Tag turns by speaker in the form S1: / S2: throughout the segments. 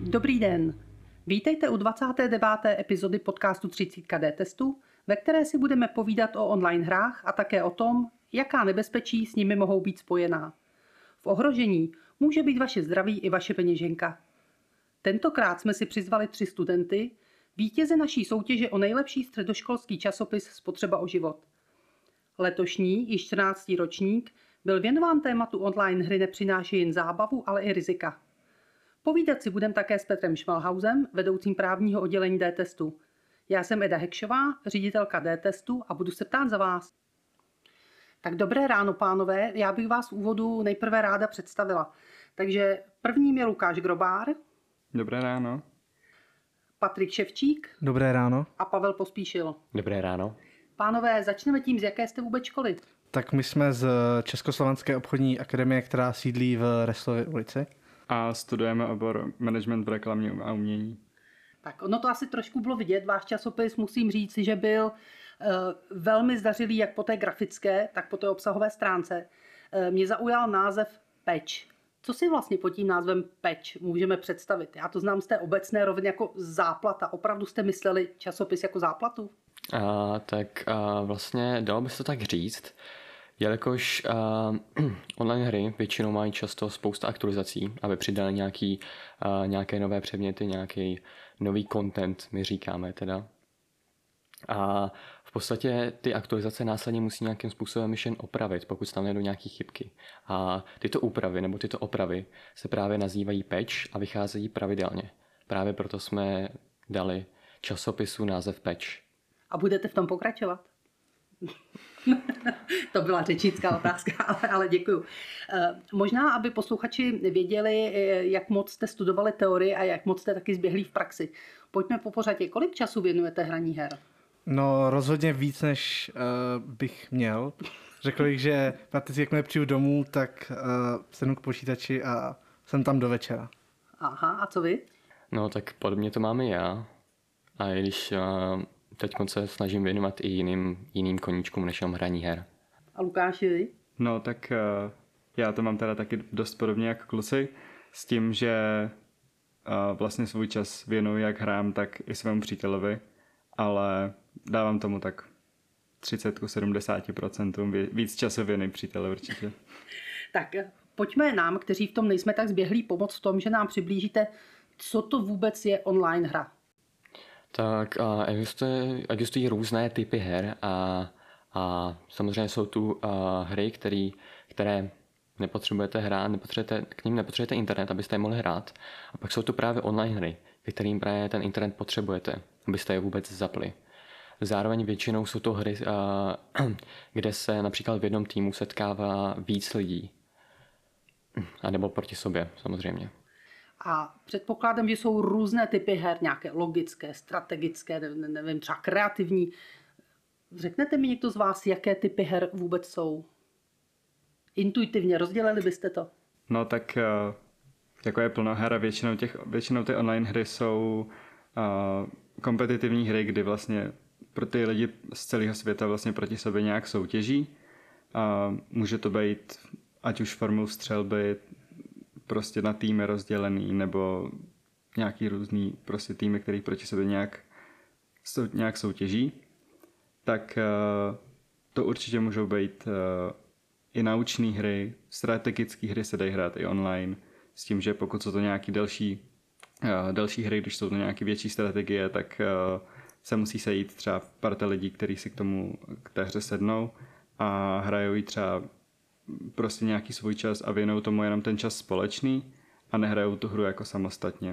S1: Dobrý den. Vítejte u 29. epizody podcastu 30 testu, ve které si budeme povídat o online hrách a také o tom, jaká nebezpečí s nimi mohou být spojená. V ohrožení může být vaše zdraví i vaše peněženka. Tentokrát jsme si přizvali 3 studenty, vítěze naší soutěže o nejlepší středoškolský časopis Spotřeba o život. Letošní, již 14. ročník, byl věnován tématu online hry nepřináší jen zábavu, ale i rizika. Povídat si budeme také s Petrem Šmelhausem, vedoucím právního oddělení D-testu. Já jsem Eda Hekšová, ředitelka D-testu a budu se ptát za vás. Tak dobré ráno, pánové. Já bych vás v úvodu nejprve ráda představila. Takže prvním je Lukáš Grobár.
S2: Dobré ráno.
S1: Patrik Ševčík.
S3: Dobré ráno.
S1: A Pavel Pospíšil.
S4: Dobré ráno.
S1: Pánové, začneme tím, z jaké jste vůbec školy.
S3: Tak my jsme z Československé obchodní akademie, která sídlí v Resslově ulici.
S2: A studujeme obor management v reklamě a umění.
S1: Tak ono to asi trošku bylo vidět. Váš časopis, musím říct, že byl velmi zdařilý jak po té grafické, tak po té obsahové stránce. Mě zaujal název Patch. Co si vlastně pod tím názvem Patch můžeme představit? Já to znám z té obecné roviny jako záplata. Opravdu jste mysleli časopis jako záplatu?
S4: Vlastně dalo by se to tak říct, jelikož online hry většinou mají často spousta aktualizací, aby přidali nějaké nové předměty, nějaký nový content, my říkáme teda. A v podstatě ty aktualizace následně musí nějakým způsobem jen opravit, pokud tam najdou nějaké chybky. A tyto úpravy nebo tyto opravy se právě nazývají patch a vycházejí pravidelně. Právě proto jsme dali časopisu název Patch.
S1: A budete v tom pokračovat? To byla řečnická otázka, ale děkuju. Možná, aby posluchači věděli, jak moc jste studovali teorii a jak moc jste taky zběhlí v praxi. Pojďme po pořadě. Kolik času věnujete hraní her?
S3: No rozhodně víc, než bych měl. Řekl bych, že prakticky jakmile přijdu domů, tak sednu k počítači a jsem tam do večera.
S1: Aha, a co vy?
S4: No tak podobně to máme já. A i když teď se snažím věnovat i jiným koníčkům než jenom hraní her.
S1: A Lukáši?
S2: No tak já to mám teda taky dost podobně jako kluci, s tím, že vlastně svůj čas věnuji jak hrám, tak i svému přítelovi, ale dávám tomu tak 30-70%, víc času věnuji příteli určitě.
S1: Tak pojďme nám, kteří v tom nejsme tak zběhlí, pomoct v tom, že nám přiblížíte, co to vůbec je online hra.
S4: Tak existují různé typy her a samozřejmě jsou tu hry, které nepotřebujete hrát, k nim nepotřebujete internet, abyste je mohli hrát. A pak jsou tu právě online hry, ke kterým právě ten internet potřebujete, abyste je vůbec zapli. Zároveň většinou jsou to hry, kde se například v jednom týmu setkává víc lidí. A nebo proti sobě, samozřejmě.
S1: A předpokládám, že jsou různé typy her, nějaké logické, strategické, nevím, třeba kreativní. Řeknete mi někdo z vás, jaké typy her vůbec jsou? Intuitivně rozdělili byste to?
S2: No tak jako je plno her a většinou ty online hry jsou kompetitivní hry, kdy vlastně pro ty lidi z celého světa vlastně proti sobě nějak soutěží. Může to být ať už formou střelby, prostě na týmy rozdělený, nebo nějaký různý prostě týmy, který proti sobě nějak soutěží, tak to určitě můžou být i naučné hry, strategické hry se dají hrát i online, s tím, že pokud jsou to nějaké další hry, když jsou to nějaké větší strategie, tak se musí sejít třeba parta lidí, kteří si k té hře sednou a hrajou ji třeba prostě nějaký svůj čas a věnují tomu jenom ten čas společný a nehrajou tu hru jako samostatně.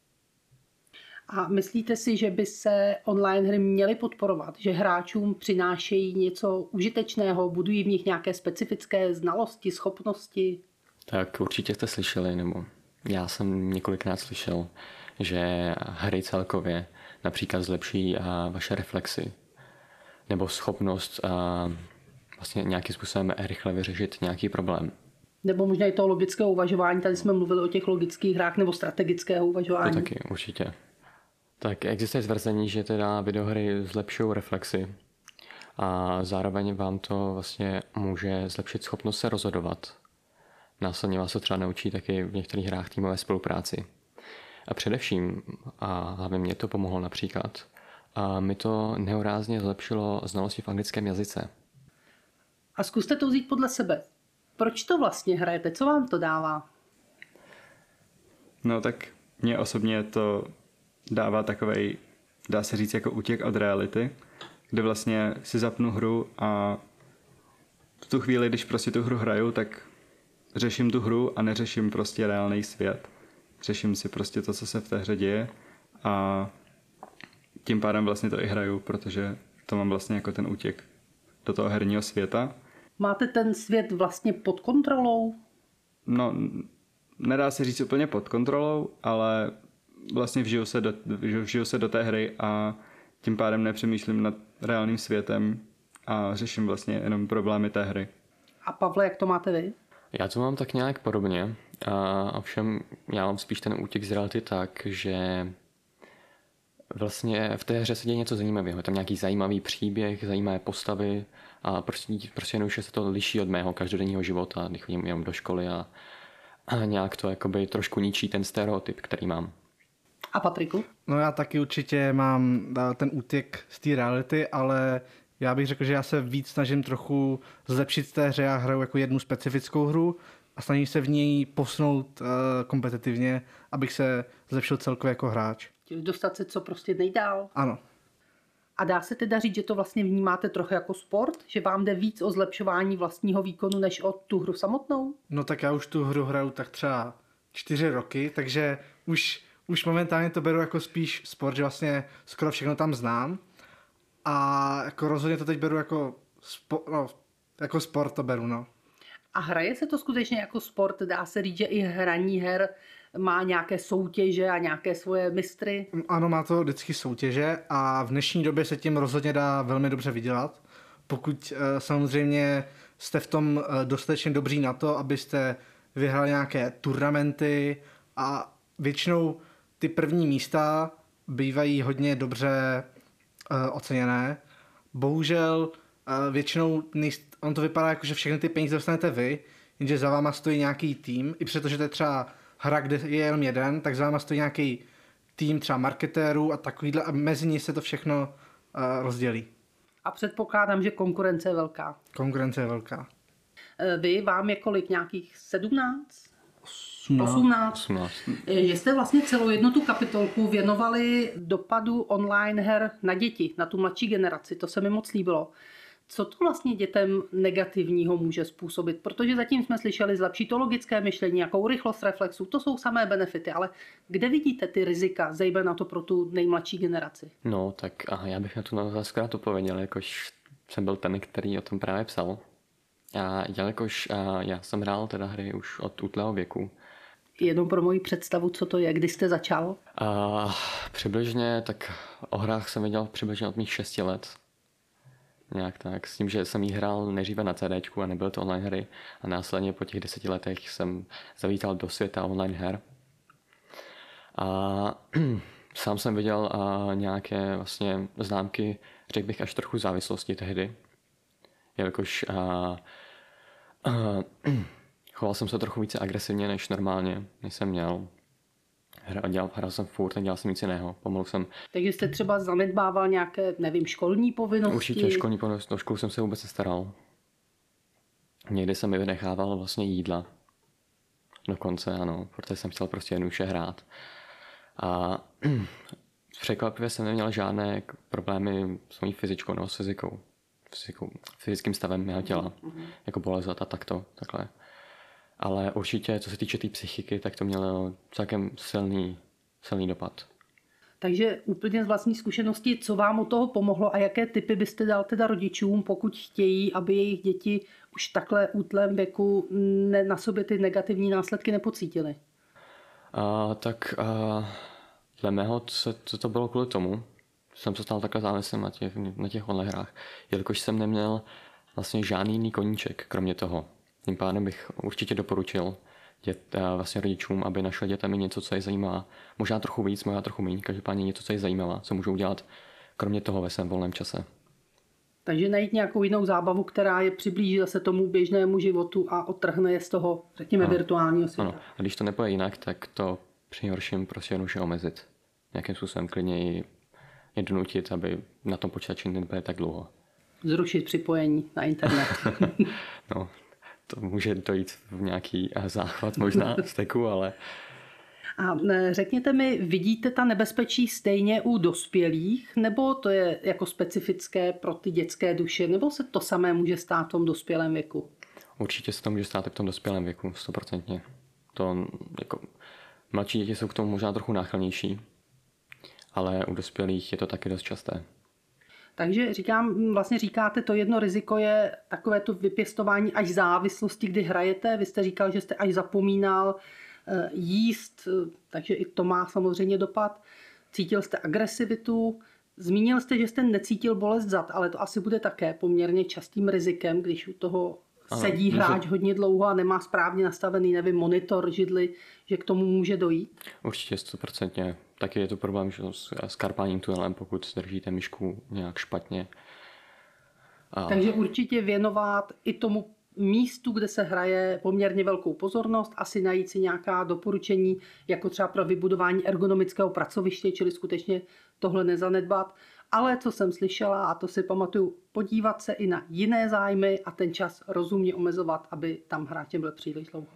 S1: A myslíte si, že by se online hry měly podporovat? Že hráčům přinášejí něco užitečného, budují v nich nějaké specifické znalosti, schopnosti?
S4: Tak určitě jste slyšeli, nebo já jsem několikrát slyšel, že hry celkově například zlepší vaše reflexy nebo schopnost vlastně nějakým způsobem rychle vyřešit nějaký problém.
S1: Nebo možná i toho logického uvažování, tady jsme mluvili o těch logických hrách, nebo strategického uvažování.
S4: To taky, určitě. Tak existuje tvrzení, že teda videohry zlepšují reflexy a zároveň vám to vlastně může zlepšit schopnost se rozhodovat. Následně vás to třeba naučí taky v některých hrách týmové spolupráci. A především, a hlavně mě to pomohlo například, a mi to nehorázně zlepšilo znalosti v anglickém jazyce.
S1: A zkuste to vzít podle sebe. Proč to vlastně hrajete? Co vám to dává?
S2: No tak mně osobně to dává takovej, dá se říct, jako útěk od reality, kde vlastně si zapnu hru a v tu chvíli, když prostě tu hru hraju, tak řeším tu hru a neřeším prostě reálný svět. Řeším si prostě to, co se v té hře děje a tím pádem vlastně to i hraju, protože to mám vlastně jako ten útěk do toho herního světa.
S1: Máte ten svět vlastně pod kontrolou?
S2: No, nedá se říct úplně pod kontrolou, ale vlastně vžiju se do té hry a tím pádem nepřemýšlím nad reálným světem a řeším vlastně jenom problémy té hry.
S1: A Pavle, jak to máte vy?
S4: Já to mám tak nějak podobně, ovšem já mám spíš ten útěk z reality tak, že vlastně v té hře se děje něco zajímavého. Je tam nějaký zajímavý příběh, zajímavé postavy a prostě jednoduše se to liší od mého každodenního života, když chodím jenom do školy a nějak to jakoby trošku ničí ten stereotyp, který mám.
S1: A Patriku?
S3: No já taky určitě mám ten útěk z té reality, ale já bych řekl, že já se víc snažím trochu zlepšit v té hře. Já hraju jako jednu specifickou hru a snažím se v něj posunout kompetitivně, abych se zlepšil celkově jako hráč.
S1: Dostat se co prostě nejdál?
S3: Ano.
S1: A dá se teda říct, že to vlastně vnímáte trochu jako sport? Že vám jde víc o zlepšování vlastního výkonu, než o tu hru samotnou?
S3: No tak já už tu hru hraju tak třeba 4 roky, takže už momentálně to beru jako spíš sport, že vlastně skoro všechno tam znám. A jako rozhodně to teď beru jako, jako sport to beru, no.
S1: A hraje se to skutečně jako sport? Dá se říct, že i hraní her má nějaké soutěže a nějaké svoje mistry?
S3: Ano, má to vždycky soutěže a v dnešní době se tím rozhodně dá velmi dobře vydělat. Pokud samozřejmě jste v tom dostatečně dobří na to, abyste vyhrali nějaké turnamenty a většinou ty první místa bývají hodně dobře oceněné. Bohužel většinou on to vypadá jako, že všechny ty peníze dostanete vy, jenže za váma stojí nějaký tým, i přestože to je třeba hra, kde je jenom jeden, tak za váma stojí nějaký tým třeba marketérů a takovýhle a mezi ní se to všechno rozdělí.
S1: A předpokládám, že konkurence je velká.
S3: Konkurence je velká.
S1: Vy, vám je kolik? Nějakých 17?
S3: 18.
S1: Že jste vlastně celou jednu tu kapitolku věnovali dopadu online her na děti, na tu mladší generaci. To se mi moc líbilo. Co to vlastně dětem negativního může způsobit? Protože zatím jsme slyšeli, zlepší to logické myšlení, jakou rychlost reflexu, to jsou samé benefity, ale kde vidíte ty rizika, zejména to pro tu nejmladší generaci?
S4: No, tak já bych na tu otázku rád odpověděl, jakož jsem byl ten, který o tom právě psal. A jelikož já jsem hrál teda hry už od útlého věku.
S1: Jenom pro moji představu, co to je, kdy jste začal?
S4: Přibližně, tak o hrách jsem věděl přibližně od mých 6 let. Nějak tak, s tím, že jsem jí hrál nejdříve na CDčku a nebyly to online hry a následně po těch 10 letech jsem zavítal do světa online her. A sám jsem viděl nějaké vlastně známky, řekl bych až trochu závislosti tehdy, jelikož choval jsem se trochu více agresivně než normálně, než jsem měl. Hrál jsem furt, nedělal jsem nic jiného. Pomalu jsem...
S1: Takže jste třeba zanedbával nějaké, nevím, školní povinnosti?
S4: Určitě školní povinnosti, do školu jsem se vůbec nestaral. Někdy jsem mi vynechával vlastně jídla. Dokonce, ano, protože jsem chtěl prostě jednoduše hrát. A překvapivě jsem neměl žádné problémy s mojí fyzičkou nebo s fyzickým stavem mého těla. Jako bolezat a takhle. Ale určitě, co se týče té psychiky, tak to mělo celkem silný dopad.
S1: Takže úplně z vlastní zkušenosti, co vám u toho pomohlo a jaké tipy byste dal teda rodičům, pokud chtějí, aby jejich děti už takhle útlém věku na sobě ty negativní následky nepocítily?
S4: Dle mého, co to bylo kvůli tomu, jsem se stal takhle závislým na těch online hrách, jelikož jsem neměl vlastně žádný jiný koníček, kromě toho. Tím pádem bych určitě doporučil vlastně rodičům, aby našli dětem něco, co je zajímá. Možná trochu víc, možná trochu méně, každopádně něco, co je zajímá, co můžou dělat kromě toho ve svém volném čase.
S1: Takže najít nějakou jinou zábavu, která je přiblíží se tomu běžnému životu a odtrhne je z toho, řekněme, virtuálního světa.
S4: Ano. A když to nepůjde jinak, tak to při nejhorším prostě jednoduše omezit. Nějakým způsobem klidně je donutit, aby na tom počítači nebyly tak dlouho.
S1: Zrušit připojení na internet.
S4: No, to může dojít v nějaký záchvat možná z teku, ale...
S1: A řekněte mi, vidíte ta nebezpečí stejně u dospělých, nebo to je jako specifické pro ty dětské duše, nebo se to samé může stát v tom dospělém věku?
S4: Určitě se to může stát i v tom dospělém věku, 100%. To, jako, mladší děti jsou k tomu možná trochu náchylnější, ale u dospělých je to taky dost časté.
S1: Takže vlastně říkáte, to jedno riziko je takové to vypěstování až závislosti, kdy hrajete. Vy jste říkal, že jste až zapomínal jíst, takže i to má samozřejmě dopad. Cítil jste agresivitu, zmínil jste, že jste necítil bolest zad, ale to asi bude také poměrně častým rizikem, když u toho sedí hráč hodně dlouho a nemá správně nastavený, nevím, monitor, židli, že k tomu může dojít?
S4: Určitě 100%. Taky je to problém že s karpáním tunelem, pokud držíte myšku nějak špatně.
S1: Takže určitě věnovat i tomu místu, kde se hraje, poměrně velkou pozornost, asi najít si nějaká doporučení, jako třeba pro vybudování ergonomického pracoviště, čili skutečně tohle nezanedbat. Ale co jsem slyšela, a to si pamatuju, podívat se i na jiné zájmy a ten čas rozumně omezovat, aby tam hráč byl příliš dlouho.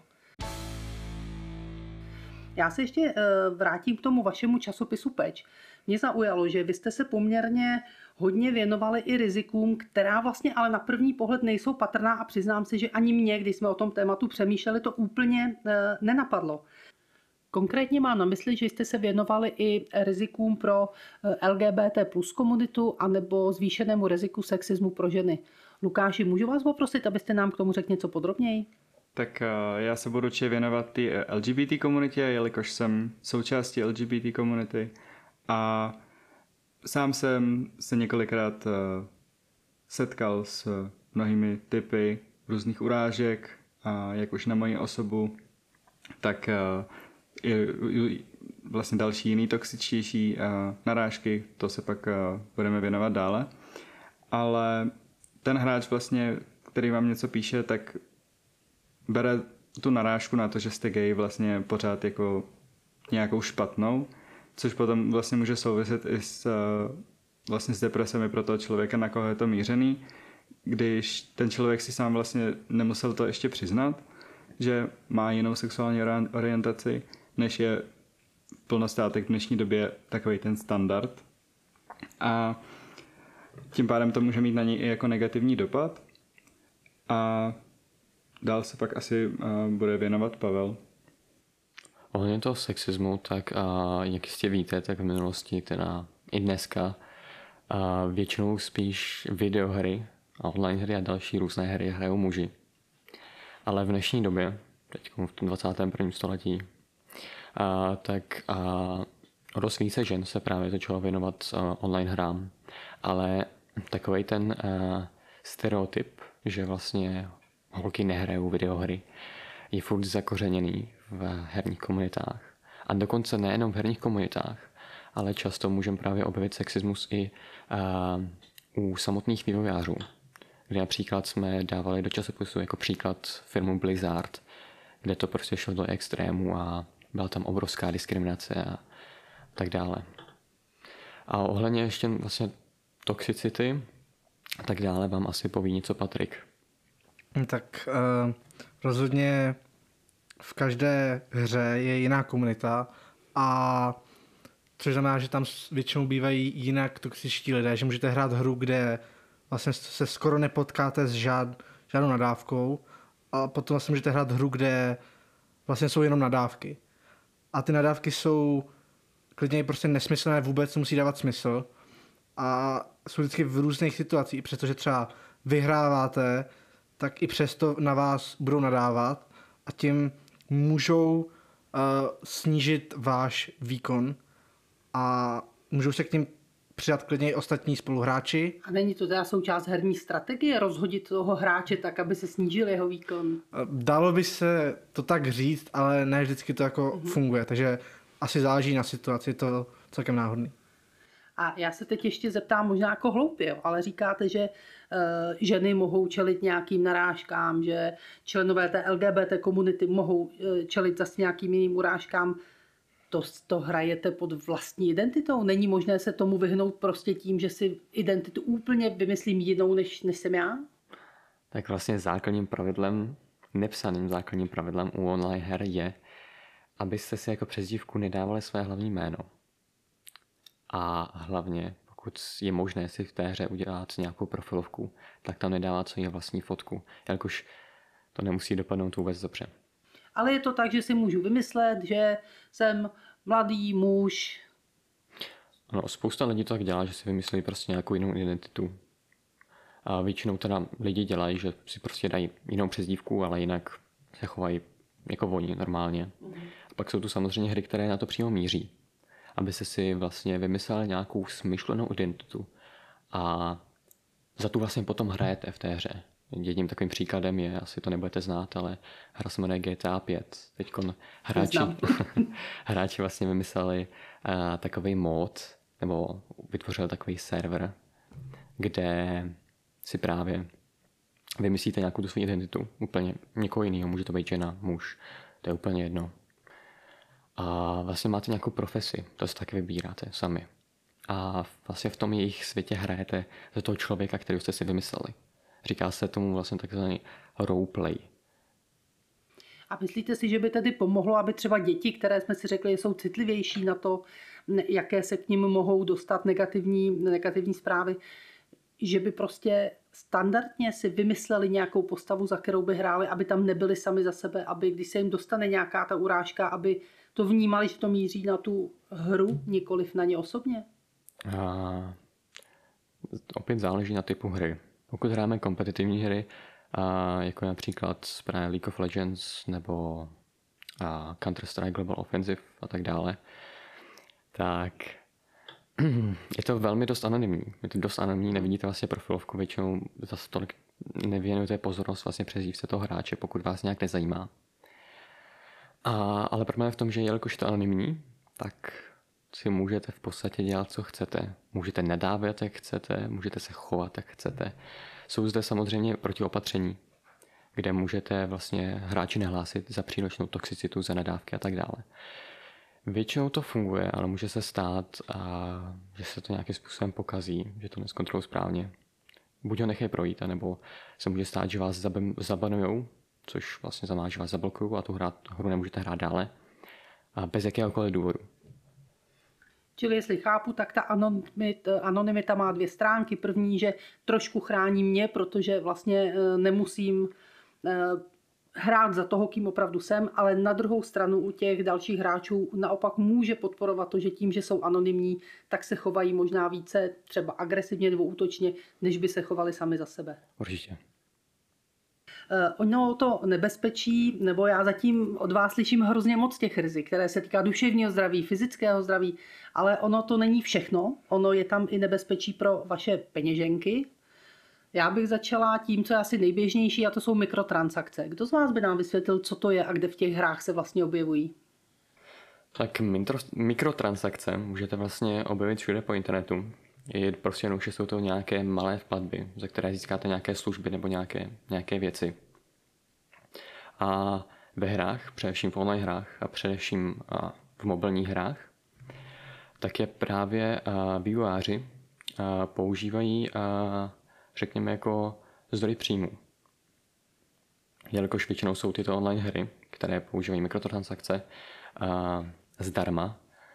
S1: Já se ještě vrátím k tomu vašemu časopisu Patch. Mě zaujalo, že vy jste se poměrně hodně věnovali i rizikům, která vlastně ale na první pohled nejsou patrná a přiznám se, že ani mě, když jsme o tom tématu přemýšleli, to úplně nenapadlo. Konkrétně mám na mysli, že jste se věnovali i rizikům pro LGBT plus komunitu anebo zvýšenému riziku sexismu pro ženy. Lukáši, můžu vás poprosit, abyste nám k tomu řekl něco podrobněji?
S2: Tak já se budu určitě věnovat té LGBT komunitě, jelikož jsem součástí LGBT komunity a sám jsem se několikrát setkal s mnohými typy různých urážek, jak už na moji osobu, tak i vlastně další jiný toxičtější narážky, to se pak budeme věnovat dále. Ale ten hráč vlastně, který vám něco píše, tak bere tu narážku na to, že jste gay vlastně pořád jako nějakou špatnou, což potom vlastně může souviset i vlastně s depresemi pro toho člověka, na koho je to mířený, když ten člověk si sám vlastně nemusel to ještě přiznat, že má jinou sexuální orientaci, než je plnostátek v dnešní době takový ten standard. A tím pádem to může mít na něj i jako negativní dopad. A dál se pak asi bude věnovat Pavel.
S4: Ohledně toho sexismu, tak jak jistě víte, tak v minulosti, teda i dneska, většinou spíš videohry a online hry a další různé hry hrajou muži. Ale v dnešní době, teď v tom 21. století, tak dost více žen se právě začalo věnovat online hrám. Ale takovej ten stereotyp, že vlastně holky nehrajou videohry, je furt zakořeněný v herních komunitách. A dokonce nejenom v herních komunitách, ale často můžeme právě objevit sexismus i u samotných vývojářů, kde například jsme dávali do časopisu jako příklad firmu Blizzard, kde to prostě šlo do extrému a byla tam obrovská diskriminace a tak dále. A ohledně ještě vlastně toxicity a tak dále vám asi poví něco Patrik.
S3: Tak rozhodně v každé hře je jiná komunita a což znamená, že tam většinou bývají jinak toxičtí lidé, že můžete hrát hru, kde vlastně se skoro nepotkáte s žádnou nadávkou a potom vlastně můžete hrát hru, kde vlastně jsou jenom nadávky. A ty nadávky jsou klidně prostě nesmyslné, vůbec musí dávat smysl a jsou vždycky v různých situacích, protože třeba vyhráváte, tak i přesto na vás budou nadávat a tím můžou snížit váš výkon a můžou se k ním přidat klidně i ostatní spoluhráči.
S1: A není to teda součást herní strategie rozhodit toho hráče tak, aby se snížil jeho výkon?
S3: Dalo by se to tak říct, ale ne vždycky to jako funguje, takže asi záleží na situaci, to celkem náhodný.
S1: A já se teď ještě zeptám možná jako hloupě, ale říkáte, že ženy mohou čelit nějakým narážkám, že členové té LGBT komunity mohou čelit zase nějakým jiným urážkám. to hrajete pod vlastní identitou? Není možné se tomu vyhnout prostě tím, že si identitu úplně vymyslím jinou, než jsem já?
S4: Tak vlastně základním pravidlem, nepsaným základním pravidlem u online her je, abyste si jako přezdívku nedávali své hlavní jméno. A hlavně, pokud je možné si v té hře udělat nějakou profilovku, tak tam nedávat svoji vlastní fotku, jelikož to nemusí dopadnout vůbec dobře.
S1: Ale je to tak, že si můžu vymyslet, že jsem mladý muž.
S4: No, spousta lidí to tak dělá, že si vymyslí prostě nějakou jinou identitu. A většinou teda lidi dělají, že si prostě dají jinou přezdívku, ale jinak se chovají jako oni normálně. A pak jsou tu samozřejmě hry, které na to přímo míří. Abyste si vlastně vymysleli nějakou smyšlenou identitu a za tu vlastně potom hrajete v té hře. Jedním takovým příkladem je, asi to nebudete znát, ale hra se jmenuje GTA 5. Teďkon hráči vlastně vymysleli takový mod, nebo vytvořili takový server, kde si právě vymyslíte nějakou tu svou identitu, úplně někoho jiného, může to být žena, muž, to je úplně jedno. A vlastně máte nějakou profesi, to si taky vybíráte sami. A vlastně v tom jejich světě hrajete za toho člověka, který jste si vymysleli. Říká se tomu vlastně takzvaný roleplay.
S1: A myslíte si, že by tedy pomohlo, aby třeba děti, které jsme si řekli, jsou citlivější na to, jaké se k nim mohou dostat negativní zprávy, že by prostě standardně si vymysleli nějakou postavu, za kterou by hráli, aby tam nebyli sami za sebe, aby když se jim dostane nějaká ta urážka, aby to vnímali, že to míří na tu hru, nikoliv na ně osobně?
S4: Opět záleží na typu hry. Pokud hrajeme kompetitivní hry, jako například právě League of Legends nebo Counter-Strike Global Offensive a tak dále, tak je to velmi dost anonymní. Je to dost anonymní, nevidíte vlastně profilovku, většinou zase tolik nevěnujete pozornost vlastně přezdívce toho hráče, pokud vás nějak nezajímá. Ale problém je v tom, že jelikož je to anonymní, tak si můžete v podstatě dělat, co chcete. Můžete nadávat, jak chcete, můžete se chovat, jak chcete. Jsou zde samozřejmě protiopatření, kde můžete vlastně hráči nehlásit za přílišnou toxicitu, za nadávky a tak dále. Většinou to funguje, ale může se stát, že se to nějakým způsobem pokazí, že to neskontrolují správně. Buď ho nechají projít, anebo se může stát, že vás zabanujou, což vlastně znamená, že vás zablokují a tu hru nemůžete hrát dále. A bez jakéhokoliv důvodu.
S1: Čili jestli chápu, tak ta anonymita má dvě stránky. První, že trošku chrání mě, protože vlastně nemusím hrát za toho, kým opravdu jsem, ale na druhou stranu u těch dalších hráčů naopak může podporovat to, že tím, že jsou anonymní, tak se chovají možná více třeba agresivně nebo útočně, než by se chovali sami za sebe.
S4: Určitě.
S1: Ono to nebezpečí, nebo já zatím od vás slyším hrozně moc těch rizik, které se týká duševního zdraví, fyzického zdraví, ale ono to není všechno. Ono je tam i nebezpečí pro vaše peněženky. Já bych začala tím, co je asi nejběžnější, a to jsou mikrotransakce. Kdo z vás by nám vysvětlil, co to je a kde v těch hrách se vlastně objevují?
S4: Tak mikrotransakce můžete vlastně objevit všude po internetu. Je prostě jenom, že jsou to nějaké malé platby, za které získáte nějaké služby nebo nějaké věci. A ve hrách, především v online hrách a především v mobilních hrách, tak je právě vývojáři používají, řekněme, jako zdroj příjmu. Jelikož většinou jsou tyto online hry, které používají mikrotransakce zdarma.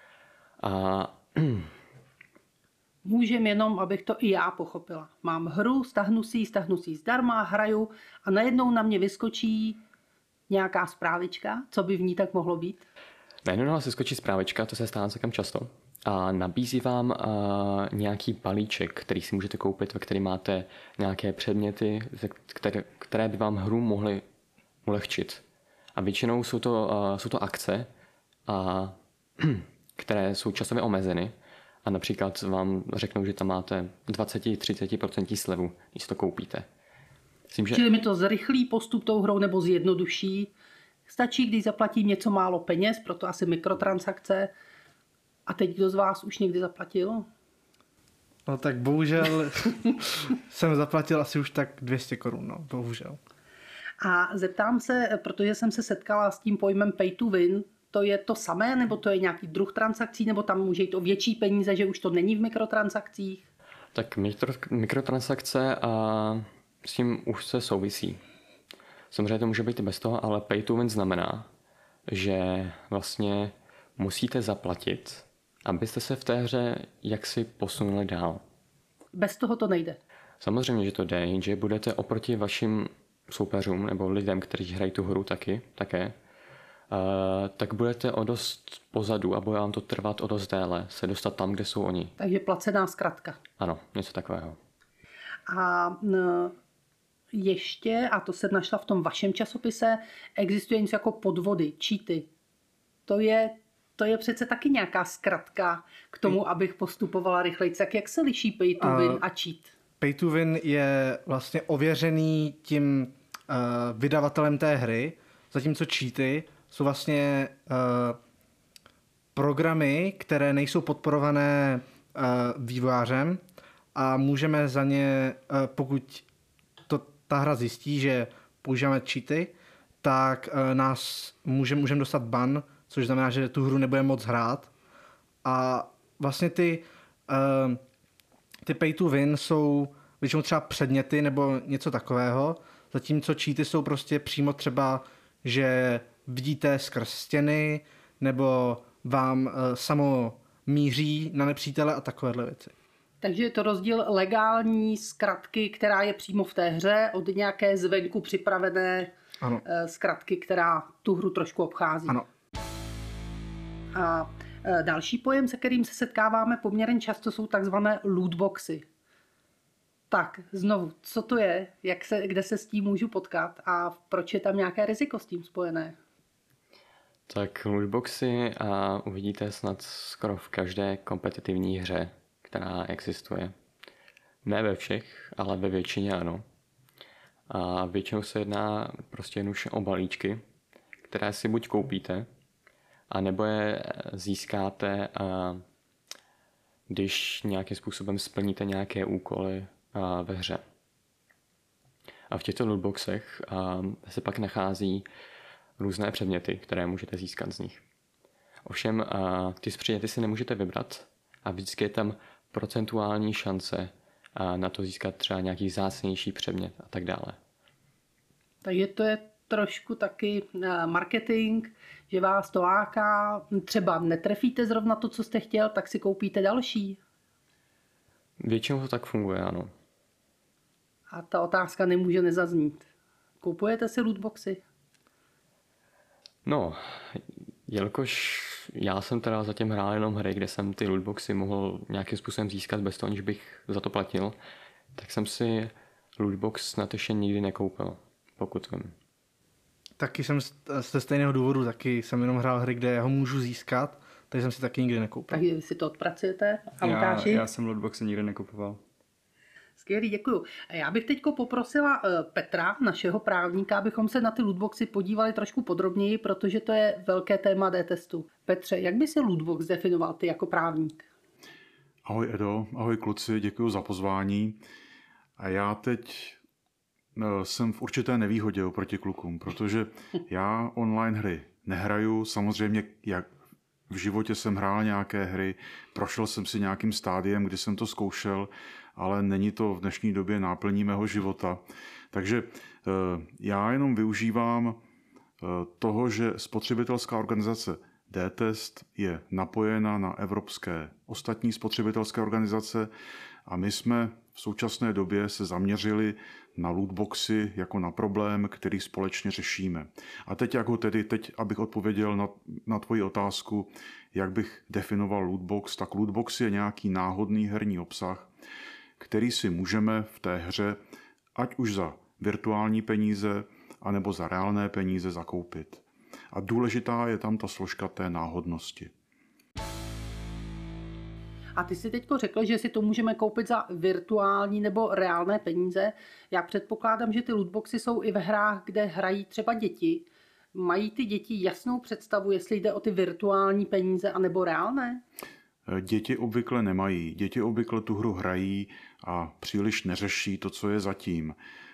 S1: Můžem jenom, abych to i já pochopila. Mám hru, stáhnu si zdarma, hraju a najednou na mě vyskočí nějaká zprávička. Co by v ní tak mohlo být?
S4: Najednou na vás vyskočí zprávička, to se stává celkem často. A nabízí vám nějaký balíček, který si můžete koupit, ve který máte nějaké předměty, které by vám hru mohly ulehčit. A většinou jsou to akce, které jsou časově omezeny. A například vám řeknou, že tam máte 20-30% slevu, když si to koupíte. Myslím, že...
S1: Čili mi to zrychlí postup tou hrou nebo zjednoduší. Stačí, když zaplatím něco málo peněz, proto asi mikrotransakce. A teď kdo z vás už někdy zaplatil?
S3: No tak bohužel jsem zaplatil asi už tak 200 korun, no, bohužel.
S1: A zeptám se, protože jsem se setkala s tím pojmem pay to win, to je to samé, nebo to je nějaký druh transakcí, nebo tam může jít o větší peníze, že už to není v mikrotransakcích?
S4: Tak mikrotransakce a s tím už se souvisí. Samozřejmě to může být i bez toho, ale pay to win znamená, že vlastně musíte zaplatit, abyste se v té hře jaksi posunuli dál.
S1: Bez toho to nejde.
S4: Samozřejmě, že to jde, jenže budete oproti vašim soupeřům nebo lidem, kteří hrají tu hru také, tak budete o dost pozadu a bude vám to trvat o dost déle se dostat tam, kde jsou oni.
S1: Takže placená zkratka.
S4: Ano, něco takového.
S1: A ještě, a to jsem našla v tom vašem časopise, existuje něco jako podvody, cheaty. To je přece taky nějaká zkratka k tomu, abych postupovala rychleji. Tak jak se liší pay to win a cheat?
S3: Pay to win je vlastně ověřený tím vydavatelem té hry, zatímco cheaty jsou vlastně programy, které nejsou podporované vývojářem a můžeme za ně, pokud ta hra zjistí, že používáme cheaty, tak můžeme dostat ban, což znamená, že tu hru nebudeme moc hrát. A vlastně ty pay to win jsou většinou třeba předměty nebo něco takového, zatímco cheaty jsou prostě přímo třeba, že vidíte skrz stěny nebo vám samo míří na nepřítele a takovéhle věci.
S1: Takže je to rozdíl legální zkratky, která je přímo v té hře, od nějaké zvenku připravené zkratky, která tu hru trošku obchází.
S3: Ano.
S1: A další pojem, se kterým se setkáváme poměrně často, jsou takzvané lootboxy. Tak, znovu, co to je, kde se s tím můžu potkat a proč je tam nějaké riziko s tím spojené?
S4: Tak lootboxy uvidíte snad skoro v každé kompetitivní hře, která existuje. Ne ve všech, ale ve většině ano. A většinou se jedná prostě jednoduše o balíčky, které si buď koupíte, anebo je získáte, když nějakým způsobem splníte nějaké úkoly ve hře. A v těchto lootboxech se pak nachází různé předměty, které můžete získat z nich. Ovšem ty předměty si nemůžete vybrat a vždycky je tam procentuální šance na to získat třeba nějaký vzácnější předmět a tak dále.
S1: Takže to je trošku taky marketing, že vás to láká, třeba netrefíte zrovna to, co jste chtěl, tak si koupíte další.
S4: Většinou to tak funguje, ano.
S1: A ta otázka nemůže nezaznít. Kupujete si lootboxy?
S4: No, jelikož já jsem teda zatím hrál jenom hry, kde jsem ty lootboxy mohl nějakým způsobem získat bez toho, aniž bych za to platil, tak jsem si lootbox snad ještě nikdy nekoupil, pokud vím.
S3: Taky jsem ze stejného důvodu, taky jsem jenom hrál hry, kde ho můžu získat, takže jsem si taky nikdy nekoupil.
S1: Takže vy si to odpracujete. A Lukáši?
S2: Já jsem lootboxy nikdy nekupoval.
S1: Skvělý, děkuju. Já bych teď poprosila Petra, našeho právníka, abychom se na ty lootboxy podívali trošku podrobněji, protože to je velké téma D-testu. Petře, jak by si lootbox definoval ty jako právník?
S5: Ahoj Edo, ahoj kluci, děkuji za pozvání. A já teď jsem v určité nevýhodě oproti klukům, protože já online hry nehraju, samozřejmě jak v životě jsem hrál nějaké hry, prošel jsem si nějakým stádiem, kdy jsem to zkoušel, ale není to v dnešní době náplní mého života. Takže já jenom využívám toho, že spotřebitelská organizace D-test je napojena na evropské ostatní spotřebitelské organizace a my jsme v současné době se zaměřili na lootboxy jako na problém, který společně řešíme. A teď, abych odpověděl na tvoji otázku, jak bych definoval lootbox, tak lootbox je nějaký náhodný herní obsah, který si můžeme v té hře, ať už za virtuální peníze, anebo za reálné peníze zakoupit. A důležitá je tam ta složka té náhodnosti.
S1: A ty jsi teďko řekl, že si to můžeme koupit za virtuální nebo reálné peníze. Já předpokládám, že ty lootboxy jsou i ve hrách, kde hrají třeba děti. Mají ty děti jasnou představu, jestli jde o ty virtuální peníze anebo reálné?
S5: Děti obvykle nemají. Děti obvykle tu hru hrají a příliš neřeší to, co je zatím.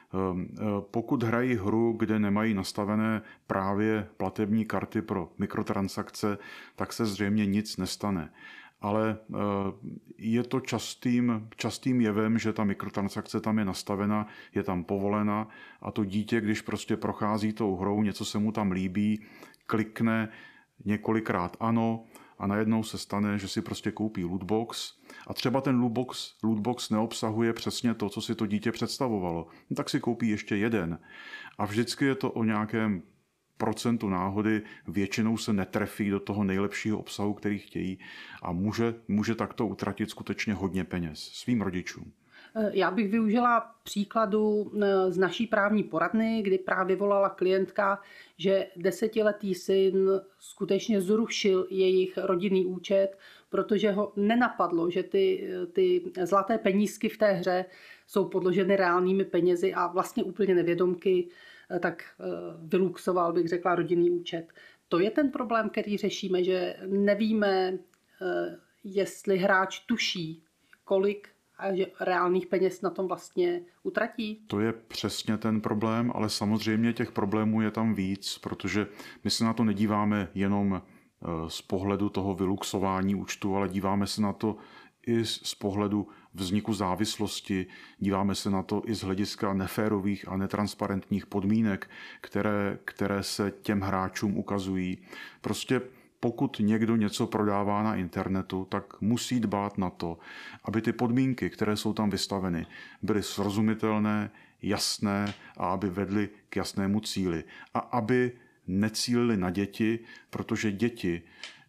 S5: Pokud hrají hru, kde nemají nastavené právě platební karty pro mikrotransakce, tak se zřejmě nic nestane. Ale je to častým jevem, že ta mikrotransakce tam je nastavena, je tam povolena a to dítě, když prostě prochází tou hrou, něco se mu tam líbí, klikne několikrát ano a najednou se stane, že si prostě koupí lootbox a třeba ten lootbox neobsahuje přesně to, co si to dítě představovalo. No, tak si koupí ještě jeden. A vždycky je to o nějakém procentu náhody, většinou se netrefí do toho nejlepšího obsahu, který chtějí a může takto utratit skutečně hodně peněz svým rodičům.
S1: Já bych využila příkladu z naší právní poradny, kdy právě volala klientka, že 10letý syn skutečně zrušil jejich rodinný účet, protože ho nenapadlo, že ty zlaté penízky v té hře jsou podloženy reálnými penězi a vlastně úplně nevědomky tak vyluxoval, bych řekla, rodinný účet. To je ten problém, který řešíme, že nevíme, jestli hráč tuší, kolik a že reálných peněz na tom vlastně utratí.
S5: To je přesně ten problém, ale samozřejmě těch problémů je tam víc, protože my se na to nedíváme jenom z pohledu toho vyluxování účtu, ale díváme se na to i z pohledu vzniku závislosti, díváme se na to i z hlediska neférových a netransparentních podmínek, které se těm hráčům ukazují. Prostě pokud někdo něco prodává na internetu, tak musí dbát na to, aby ty podmínky, které jsou tam vystaveny, byly srozumitelné, jasné a aby vedly k jasnému cíli. A aby necílili na děti, protože děti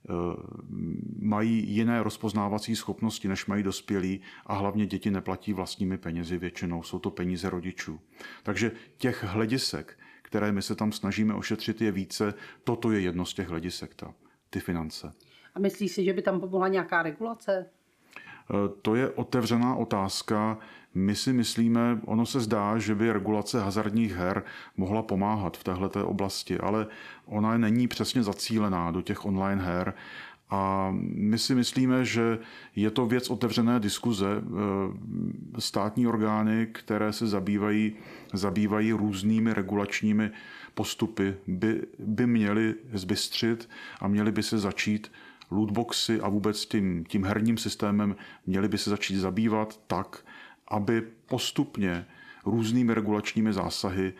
S5: mají jiné rozpoznávací schopnosti, než mají dospělí a hlavně děti neplatí vlastními penězi většinou, jsou to peníze rodičů. Takže těch hledisek, které my se tam snažíme ošetřit, je více. Toto je jedno z těch hledisek, ty finance.
S1: A myslíš si, že by tam pomohla nějaká regulace?
S5: To je otevřená otázka. My si myslíme, ono se zdá, že by regulace hazardních her mohla pomáhat v téhleté oblasti, ale ona není přesně zacílená do těch online her. A my si myslíme, že je to věc otevřené diskuze. Státní orgány, které se zabývají různými regulačními postupy, by měly zbystřit a měly by se začít lootboxy a vůbec tím herním systémem měly by se začít zabývat tak, aby postupně různými regulačními zásahy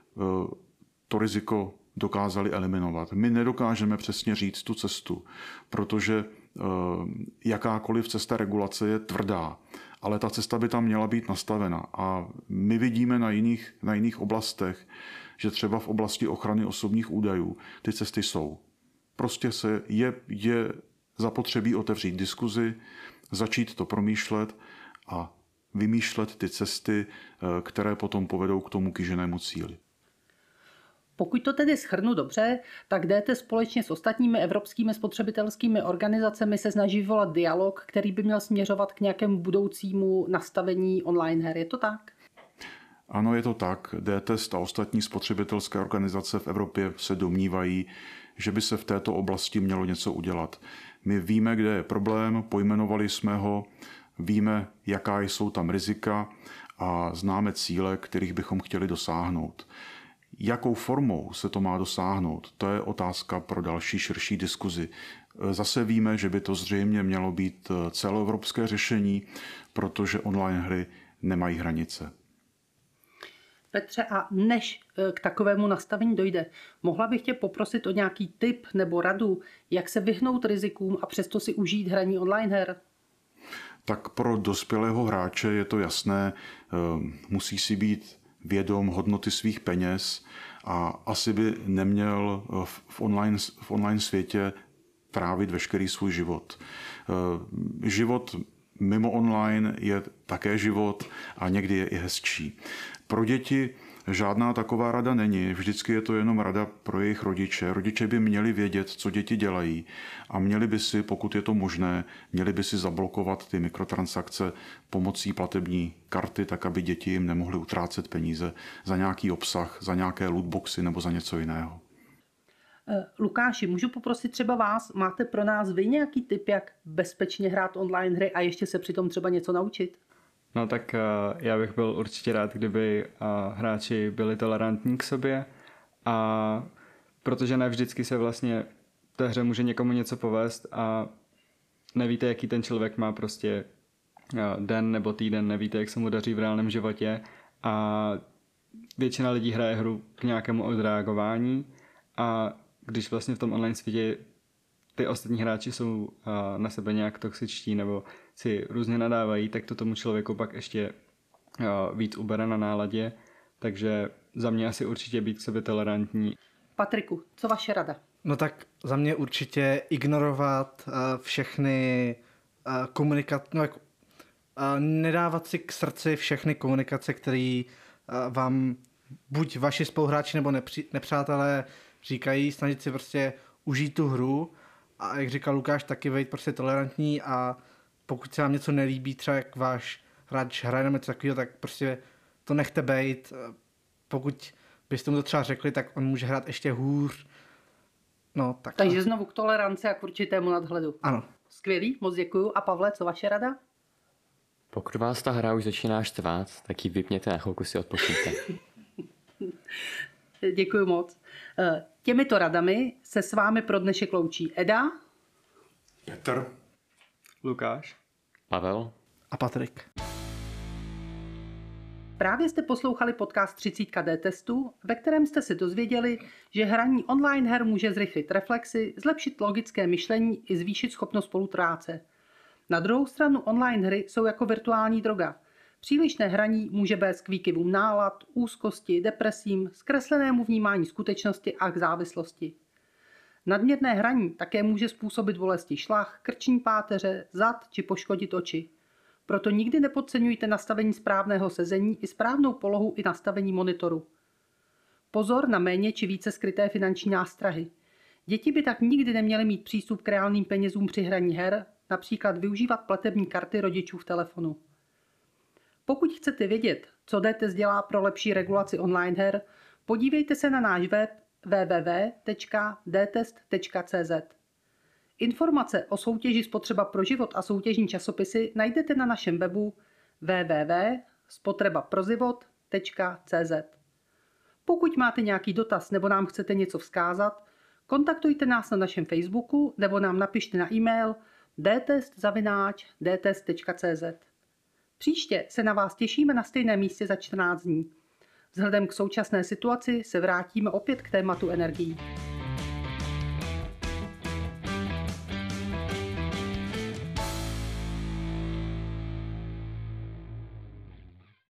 S5: to riziko dokázali eliminovat. My nedokážeme přesně říct tu cestu, protože jakákoliv cesta regulace je tvrdá, ale ta cesta by tam měla být nastavena. A my vidíme na jiných oblastech, že třeba v oblasti ochrany osobních údajů ty cesty jsou. Prostě je zapotřebí otevřít diskuzi, začít to promýšlet a vymýšlet ty cesty, které potom povedou k tomu kýženému cíli.
S1: Pokud to tedy shrnu dobře, tak DT společně s ostatními evropskými spotřebitelskými organizacemi se snaží vyvolat dialog, který by měl směřovat k nějakému budoucímu nastavení online her. Je to tak?
S5: Ano, je to tak. DTest a ostatní spotřebitelské organizace v Evropě se domnívají, že by se v této oblasti mělo něco udělat. My víme, kde je problém, pojmenovali jsme ho, víme, jaká jsou tam rizika a známe cíle, kterých bychom chtěli dosáhnout. Jakou formou se to má dosáhnout, to je otázka pro další širší diskuzi. Zase víme, že by to zřejmě mělo být celoevropské řešení, protože online hry nemají hranice.
S1: Petře, a než k takovému nastavení dojde, mohla bych tě poprosit o nějaký tip nebo radu, jak se vyhnout rizikům a přesto si užít hraní online her?
S5: Tak pro dospělého hráče je to jasné, musí si být vědom hodnoty svých peněz a asi by neměl v online světě trávit veškerý svůj život. Život mimo online je také život a někdy je i hezčí. Pro děti žádná taková rada není, vždycky je to jenom rada pro jejich rodiče. Rodiče by měli vědět, co děti dělají a měli by si, pokud je to možné, měli by si zablokovat ty mikrotransakce pomocí platební karty, tak aby děti jim nemohly utrácet peníze za nějaký obsah, za nějaké lootboxy nebo za něco jiného.
S1: Lukáši, můžu poprosit třeba vás, máte pro nás vy nějaký tip, jak bezpečně hrát online hry a ještě se přitom třeba něco naučit?
S2: No tak já bych byl určitě rád, kdyby hráči byli tolerantní k sobě, a protože ne vždycky se vlastně v té hře může někomu něco povést a nevíte, jaký ten člověk má prostě den nebo týden, nevíte, jak se mu daří v reálném životě, a většina lidí hraje hru k nějakému odreagování, a když vlastně v tom online světě ty ostatní hráči jsou na sebe nějak toxičtí nebo si různě nadávají, tak to tomu člověku pak ještě víc ubere na náladě, takže za mě asi určitě být k sobě tolerantní.
S1: Patriku, co vaše rada?
S3: No tak za mě určitě ignorovat všechny nedávat si k srdci všechny komunikace, které vám buď vaši spoluhráči nebo nepřátelé říkají, snažit si prostě užít tu hru a jak říkal Lukáš, taky být prostě tolerantní, a pokud se vám něco nelíbí, třeba jak váš hráč hraje nebo něco takového, tak prostě to nechte bejt. Pokud byste mu to třeba řekli, tak on může hrát ještě hůř. No, tak.
S1: Takže znovu k toleranci a k určitému nadhledu.
S3: Ano.
S1: Skvělý, moc děkuju. A Pavle, co vaše rada?
S4: Pokud vás ta hra už začíná štvát, tak ji vypněte a chvilku si odpočíte.
S1: Děkuju moc. Těmito radami se s vámi pro dnešek loučí Eda,
S5: Petr,
S2: Lukáš?
S4: Pavel?
S3: A Patrik.
S1: Právě jste poslouchali podcast 30 D-testu, ve kterém jste se dozvěděli, že hraní online her může zrychlit reflexy, zlepšit logické myšlení i zvýšit schopnost spolupráce. Na druhou stranu online hry jsou jako virtuální droga. Přílišné hraní může vést k výkyvům nálad, úzkosti, depresím, zkreslenému vnímání skutečnosti a k závislosti. Nadměrné hraní také může způsobit bolesti šlach, krční páteře, zad či poškodit oči. Proto nikdy nepodceňujte nastavení správného sezení i správnou polohu i nastavení monitoru. Pozor na méně či více skryté finanční nástrahy. Děti by tak nikdy neměly mít přístup k reálným penězům při hraní her, například využívat platební karty rodičů v telefonu. Pokud chcete vědět, co D-test dělá pro lepší regulaci online her, podívejte se na náš web www.dtest.cz. Informace o soutěži Spotřeba pro život a soutěžní časopisy najdete na našem webu www.spotřebaprozivot.cz. Pokud máte nějaký dotaz nebo nám chcete něco vzkázat, kontaktujte nás na našem Facebooku nebo nám napište na e-mail dtest@dtest.cz. Příště se na vás těšíme na stejném místě za 14 dní. Vzhledem k současné situaci se vrátíme opět k tématu energií.